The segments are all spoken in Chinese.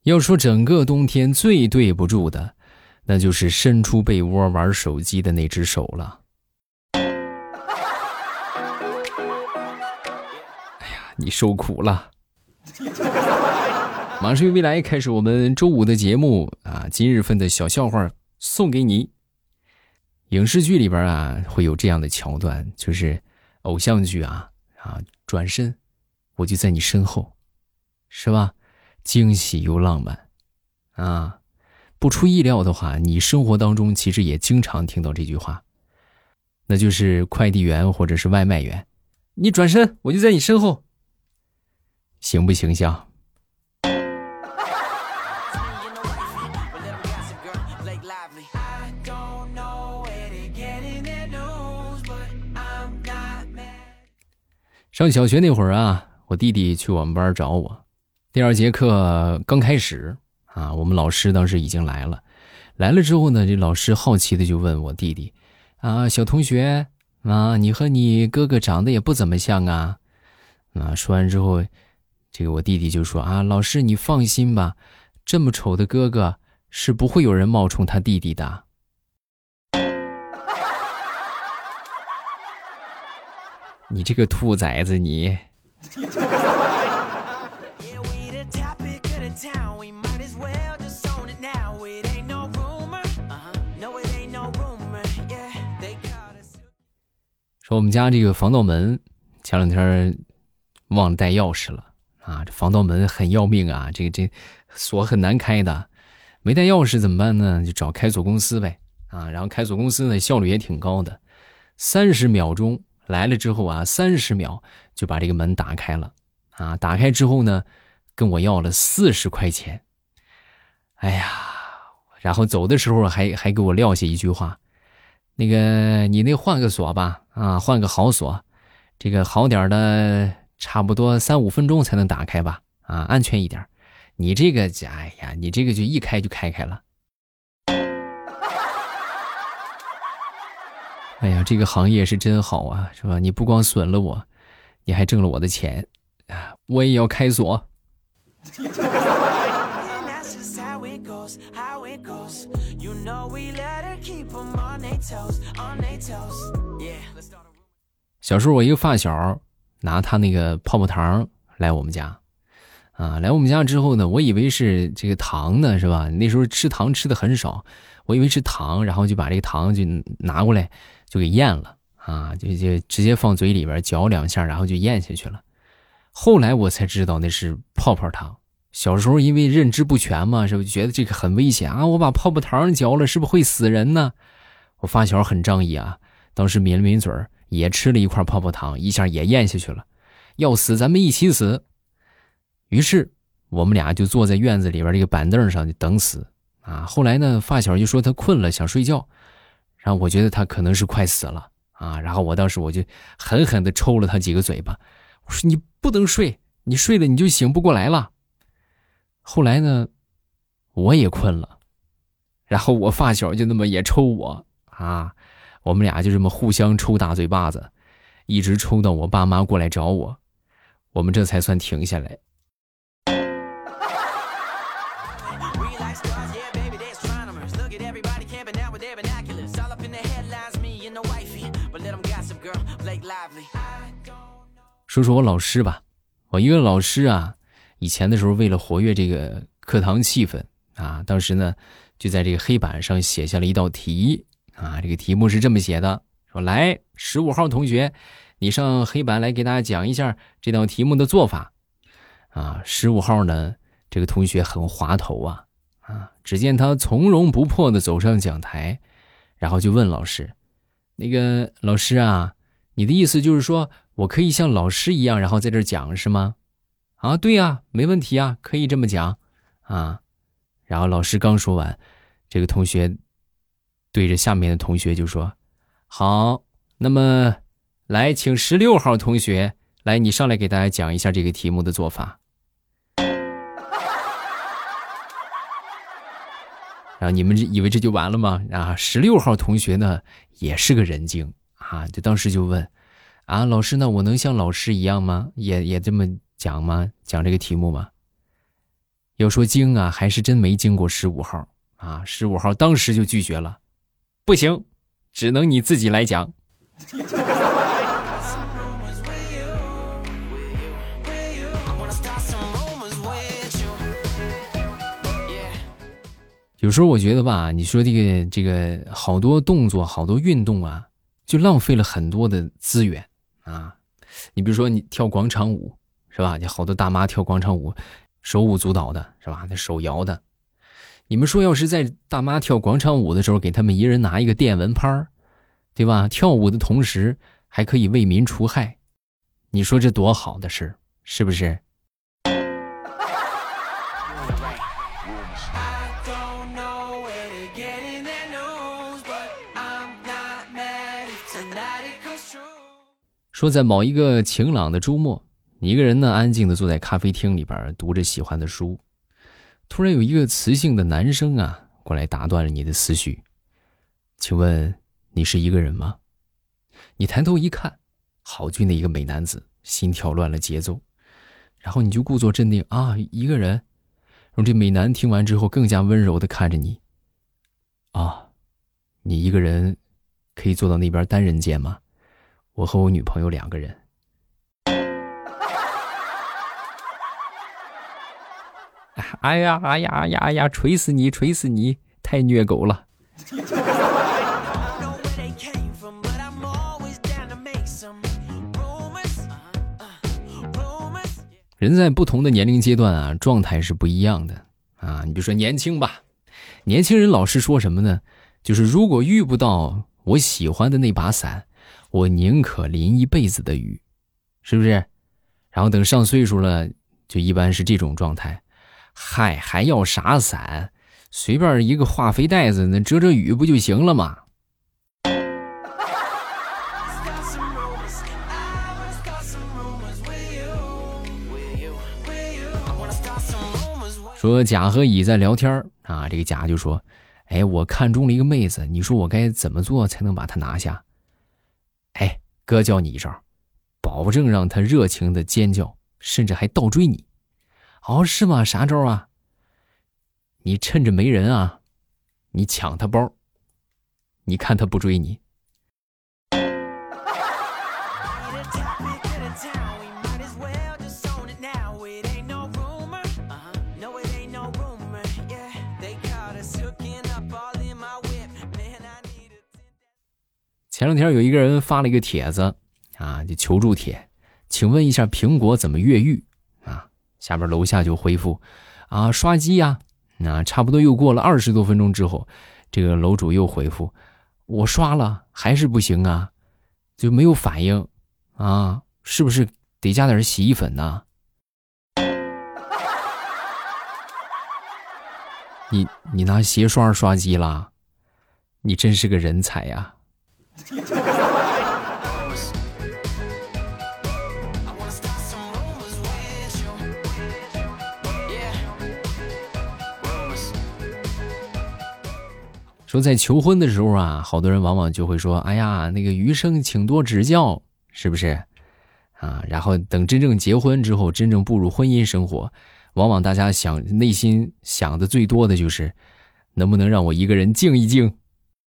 要说整个冬天最对不住的，那就是伸出被窝玩手机的那只手了。哎呀，你受苦了。马上与未来开始我们周五的节目啊，今日份的小笑话送给你。影视剧里边啊会有这样的桥段，就是偶像剧啊转身我就在你身后，是吧？惊喜又浪漫啊！不出意料的话，你生活当中其实也经常听到这句话，那就是快递员或者是外卖员，你转身我就在你身后，形不形象？上小学那会儿啊，我弟弟去我们班找我，第2节课刚开始啊，我们老师当时已经来了之后呢，这老师好奇的就问我弟弟啊，小同学啊，你和你哥哥长得也不怎么像啊。说完之后，这个我弟弟就说啊，老师你放心吧，这么丑的哥哥是不会有人冒充他弟弟的。你这个兔崽子你。说我们家这个防盗门前2天忘了带钥匙了啊，这防盗门很要命啊，这锁很难开的，没带钥匙怎么办呢？就找开锁公司呗啊，然后开锁公司呢效率也挺高的，30秒钟来了之后啊，30秒就把这个门打开了啊，打开之后呢跟我要了40块钱。哎呀，然后走的时候还给我撂下一句话，那个你那换个锁吧啊，换个好锁，这个好点的差不多3-5分钟才能打开吧啊，安全一点。你这个哎呀，你这个就一开就开了。哎呀，这个行业是真好啊，是吧？你不光损了我，你还挣了我的钱啊！我也要开锁。小时候我一个发小拿他那个泡泡糖来我们家啊，来我们家之后呢，我以为是这个糖呢，是吧？那时候吃糖吃的很少，我以为是糖，然后就把这个糖就拿过来就给咽了啊，就直接放嘴里边嚼2下，然后就咽下去了。后来我才知道那是泡泡糖。小时候因为认知不全嘛，是不是觉得这个很危险啊？我把泡泡糖嚼了，是不是会死人呢？我发小很仗义啊，当时抿了抿嘴也吃了一块泡泡糖，一下也咽下去了。要死咱们一起死。于是我们俩就坐在院子里边这个板凳上就等死啊。后来呢，发小就说他困了想睡觉，然后我觉得他可能是快死了啊，然后我当时我就狠狠地抽了他几个嘴巴，我说你不能睡，你睡了你就醒不过来了。后来呢，我也困了，然后我发小就那么也抽我啊，我们俩就这么互相抽大嘴巴子，一直抽到我爸妈过来找我，我们这才算停下来。说说我老师吧，我一个老师啊，以前的时候为了活跃这个课堂气氛啊，当时呢就在这个黑板上写下了一道题啊，这个题目是这么写的，说来15号同学，你上黑板来给大家讲一下这道题目的做法啊。15号呢，这个同学很滑头啊，只见他从容不迫地走上讲台，然后就问老师，那个老师啊，你的意思就是说我可以像老师一样然后在这讲是吗？啊，对啊，没问题啊，可以这么讲啊。然后老师刚说完，这个同学对着下面的同学就说，好，那么来请16号同学来，你上来给大家讲一下这个题目的做法。然后你们以为这就完了吗？啊，16号同学呢也是个人精啊，就当时就问啊，老师呢，我能像老师一样吗？也这么讲吗？讲这个题目吗？ 要说经啊，还是真没经过15号啊，15号当时就拒绝了，不行，只能你自己来讲。有时候我觉得吧，你说这个好多动作好多运动啊，就浪费了很多的资源啊。你比如说你跳广场舞是吧，你好多大妈跳广场舞手舞足蹈的是吧，那手摇的，你们说要是在大妈跳广场舞的时候给他们一人拿一个电蚊拍，对吧，跳舞的同时还可以为民除害，你说这多好的事，是不是？说在某一个晴朗的周末，你一个人呢安静地坐在咖啡厅里边读着喜欢的书，突然有一个磁性的男生啊过来打断了你的思绪，请问你是一个人吗？你抬头一看，好俊的一个美男子，心跳乱了节奏，然后你就故作镇定啊，一个人。然后这美男听完之后更加温柔地看着你，啊，你一个人可以坐到那边单人间吗？我和我女朋友2个人。哎呀，锤死你，锤死你，太虐狗了。人在不同的年龄阶段啊，状态是不一样的啊。你比如说年轻吧，年轻人老是说什么呢？就是如果遇不到我喜欢的那把伞，我宁可淋一辈子的雨，是不是？然后等上岁数了，就一般是这种状态。嗨，还要啥伞？随便一个化肥袋子，那遮雨不就行了吗？说甲和乙在聊天啊，这个甲就说：“哎，我看中了一个妹子，你说我该怎么做才能把她拿下？”哎，哥教你一招，保证让她热情的尖叫，甚至还倒追你。哦，是吗？啥招啊？你趁着没人啊，你抢她包，你看她不追你。前两天有一个人发了一个帖子啊，就求助帖，请问一下苹果怎么越狱啊？下边楼下就回复啊，刷机呀。那差不多又过了20多分钟之后，这个楼主又回复，我刷了还是不行啊，就没有反应啊，是不是得加点洗衣粉呢？你拿鞋刷刷机啦？你真是个人才呀！说在求婚的时候啊，好多人往往就会说，哎呀，那个余生请多指教，是不是啊？然后等真正结婚之后，真正步入婚姻生活，往往大家内心想的最多的就是能不能让我一个人静一静。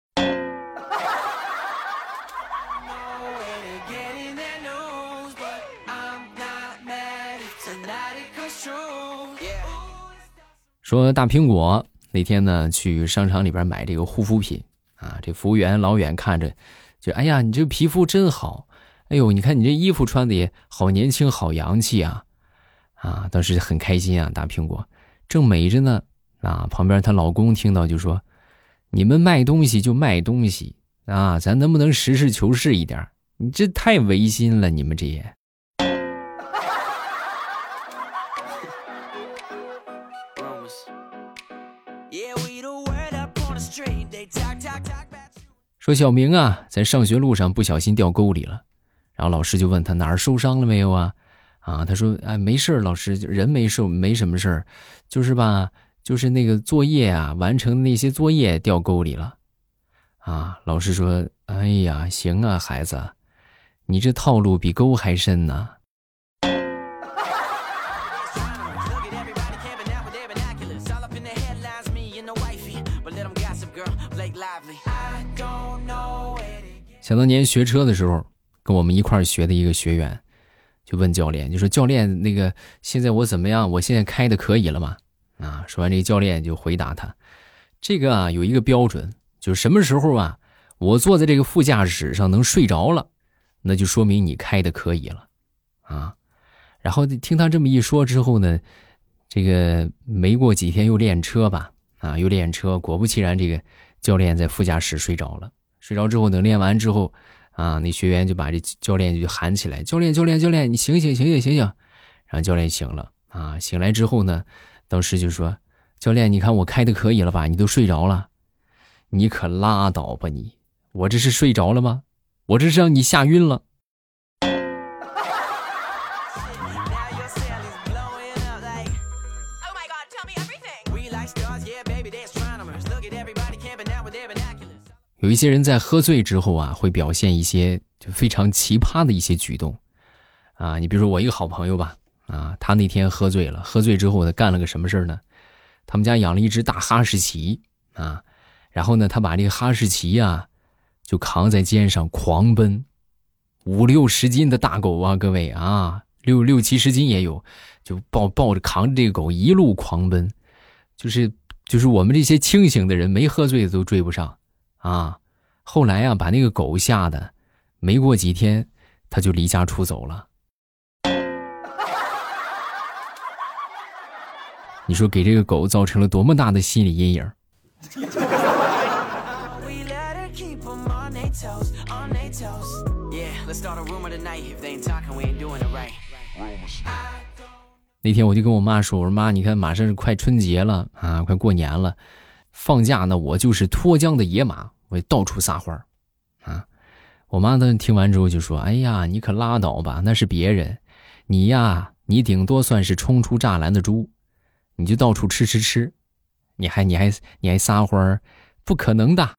说大苹果那天呢去商场里边买这个护肤品啊，这服务员老远看着就，哎呀，你这皮肤真好，哎呦，你看你这衣服穿的也好年轻好洋气啊，啊，当时很开心啊。大苹果正美着呢啊，旁边她老公听到就说，你们卖东西就卖东西啊，咱能不能实事求是一点？你这太违心了，你们这也。说小明啊，在上学路上不小心掉沟里了，然后老师就问他哪儿受伤了没有啊？啊，他说哎没事，老师人没受，没什么事儿，就是吧，就是那个作业啊，完成那些作业掉沟里了。啊，老师说，哎呀，行啊，孩子，你这套路比沟还深呢。 想当年学车的时候，跟我们一块儿学的一个学员就问教练，就说教练那个现在我怎么样？我现在开的可以了吗？啊，说完这个教练就回答他，这个啊有一个标准，就是什么时候啊我坐在这个副驾驶上能睡着了，那就说明你开的可以了啊。然后听他这么一说之后呢，这个没过几天又练车吧，啊又练车，果不其然这个教练在副驾驶睡着了。睡着之后等练完之后啊，那学员就把这教练就喊起来，教练你醒醒。然后教练醒了啊，醒来之后呢，当时就说，教练你看我开的可以了吧，你都睡着了。你可拉倒吧你，我这是睡着了吗？我这是让你吓晕了。有一些人在喝醉之后啊，会表现一些就非常奇葩的一些举动啊。你比如说我一个好朋友吧，啊，他那天喝醉了，喝醉之后他干了个什么事呢？他们家养了一只大哈士奇啊，然后呢，他把这个哈士奇啊就扛在肩上狂奔，5-60斤的大狗啊，各位啊，6-70斤也有，就抱着扛着这个狗一路狂奔，就是我们这些清醒的人没喝醉的都追不上啊。后来啊，把那个狗吓得没过几天他就离家出走了。你说给这个狗造成了多么大的心理阴影。那天我就跟我妈说，我说妈，你看马上是快春节了啊，快过年了，放假呢我就是脱缰的野马，我到处撒欢啊。我妈呢听完之后就说，哎呀你可拉倒吧，那是别人，你呀你顶多算是冲出栅栏的猪，你就到处吃，你还撒欢，不可能的。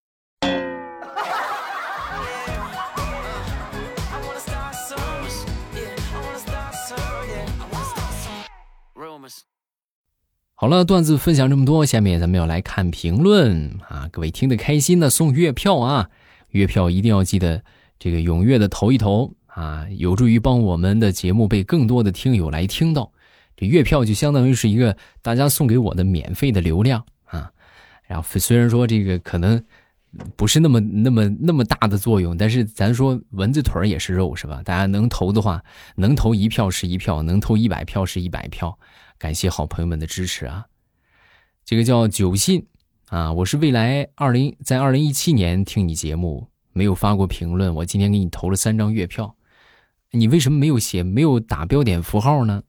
好了，段子分享这么多，下面咱们要来看评论啊！各位听得开心的送月票啊，月票一定要记得这个踊跃的投一投啊，有助于帮我们的节目被更多的听友来听到。这月票就相当于是一个大家送给我的免费的流量啊。然后虽然说这个可能不是那么大的作用，但是咱说蚊子腿也是肉是吧？大家能投的话，能投1票是1票，能投100票是100票。感谢好朋友们的支持啊！这个叫久信啊，我是未来在2017年听你节目，没有发过评论，我今天给你投了3张月票，你为什么没有打标点符号呢？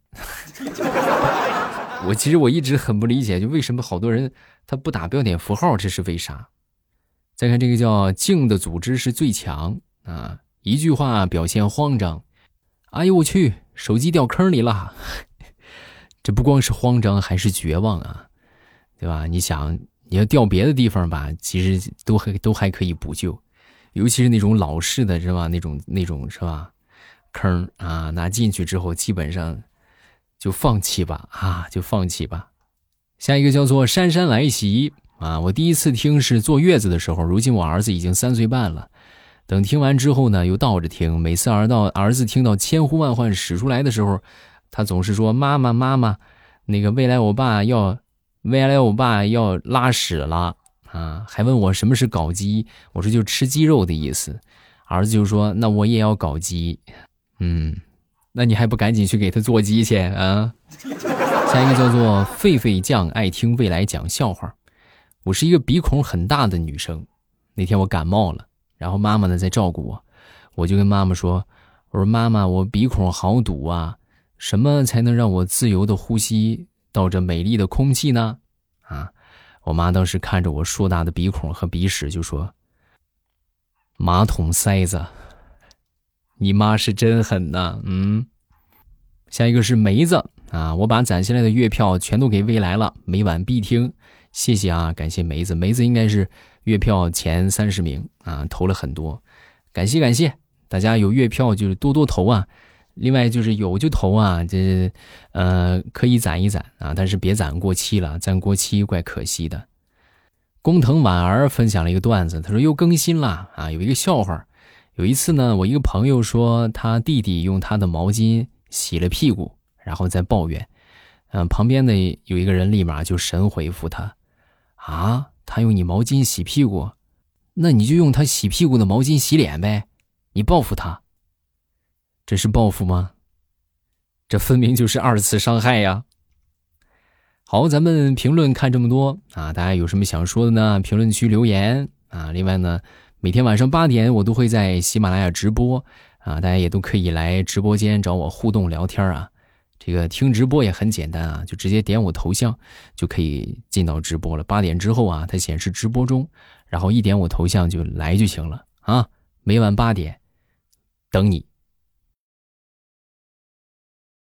其实我一直很不理解，就为什么好多人他不打标点符号，这是为啥？再看这个叫静的组织是最强啊，一句话表现慌张，哎呦我去，手机掉坑里了。这不光是慌张，还是绝望啊，对吧？你想，你要掉别的地方吧，其实都还可以补救，尤其是那种老式的是吧？那种是吧？坑啊，拿进去之后，基本上就放弃吧啊，就放弃吧。下一个叫做姗姗来袭啊，我第一次听是坐月子的时候，如今我儿子已经3岁半了。等听完之后呢，又倒着听，每次儿子听到千呼万唤使出来的时候。他总是说妈妈，那个未来我爸要拉屎了啊，还问我什么是搞基，我说就吃鸡肉的意思。儿子就说那我也要搞基，那你还不赶紧去给他做鸡去啊？下一个叫做狒狒酱爱听未来讲笑话。我是一个鼻孔很大的女生，那天我感冒了，然后妈妈呢在照顾我，我就跟妈妈说，我说妈妈，我鼻孔好堵啊，什么才能让我自由的呼吸到这美丽的空气呢？啊，我妈当时看着我硕大的鼻孔和鼻屎就说，马桶塞子，你妈是真狠呐。下一个是梅子啊，我把攒下来的月票全都给未来了，每晚必听，谢谢啊，感谢梅子应该是月票前30名啊，投了很多，感谢大家，有月票就是多多投啊。另外就是有就投啊，这可以攒一攒啊，但是别攒过期了，攒过期怪可惜的。 工藤婉儿分享了一个段子，他说又更新了啊，有一个笑话。有一次呢，我一个朋友说他弟弟用他的毛巾洗了屁股，然后再抱怨。旁边的有一个人立马就神回复他，啊，他用你毛巾洗屁股，那你就用他洗屁股的毛巾洗脸呗，你报复他。这是报复吗？这分明就是二次伤害呀。好，咱们评论看这么多啊，大家有什么想说的呢？评论区留言啊。另外呢，每天晚上8点我都会在喜马拉雅直播啊，大家也都可以来直播间找我互动聊天啊。这个听直播也很简单啊，就直接点我头像就可以进到直播了。8点之后啊，它显示直播中，然后一点我头像就来就行了啊。每晚8点等你。